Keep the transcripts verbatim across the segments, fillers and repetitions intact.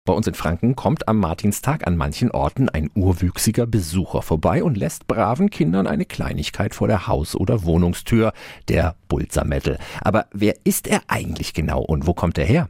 Bei uns in Franken kommt am Martinstag an manchen Orten ein urwüchsiger Besucher vorbei und lässt braven Kindern eine Kleinigkeit vor der Haus- oder Wohnungstür, der Bulzer-Mädel. Aber wer ist er eigentlich genau und wo kommt er her?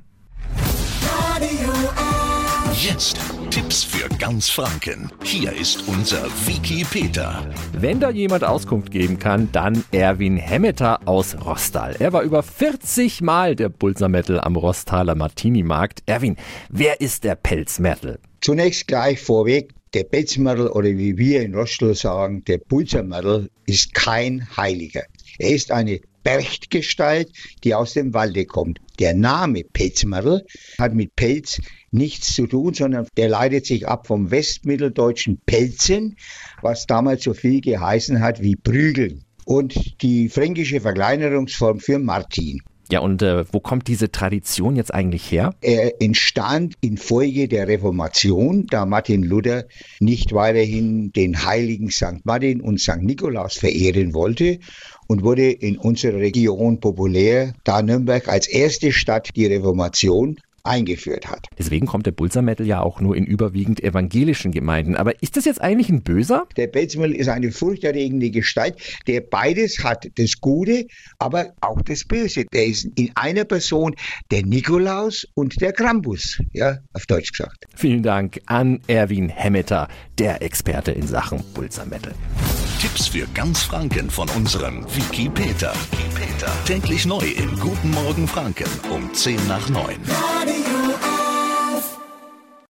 Jetzt Tipps für ganz Franken. Hier ist unser Wiki Peter. Wenn da jemand Auskunft geben kann, dann Erwin Hemmeter aus Rostal. Er war über vierzig Mal der Bulzer-Mädel am Rostaler Martini-Markt. Erwin, wer ist der Pelzmädel? Zunächst gleich vorweg, der Pelzmädel oder wie wir in Rostal sagen, der Bulzer-Mädel ist kein Heiliger. Er ist eine Berchtgestalt, die aus dem Walde kommt. Der Name Pelzmädel hat mit Pelz nichts zu tun, sondern der leitet sich ab vom westmitteldeutschen Pelzen, was damals so viel geheißen hat wie prügeln. Und die fränkische Verkleinerungsform für Martin. Ja, und äh, wo kommt diese Tradition jetzt eigentlich her? Er entstand infolge der Reformation, da Martin Luther nicht weiterhin den heiligen Sankt Martin und Sankt Nikolaus verehren wollte und wurde in unserer Region populär, da Nürnberg als erste Stadt die Reformation eingeführt hat. Deswegen kommt der Bulzer-Mädel ja auch nur in überwiegend evangelischen Gemeinden. Aber ist das jetzt eigentlich ein Böser? Der Pelzmädel ist eine furchterregende Gestalt, der beides hat, das Gute, aber auch das Böse. Der ist in einer Person der Nikolaus und der Krampus, ja, auf Deutsch gesagt. Vielen Dank an Erwin Hemmeter, der Experte in Sachen Bulzer-Mädel. Tipps für ganz Franken von unserem Wiki Peter. Täglich neu im Guten Morgen Franken um zehn nach neun.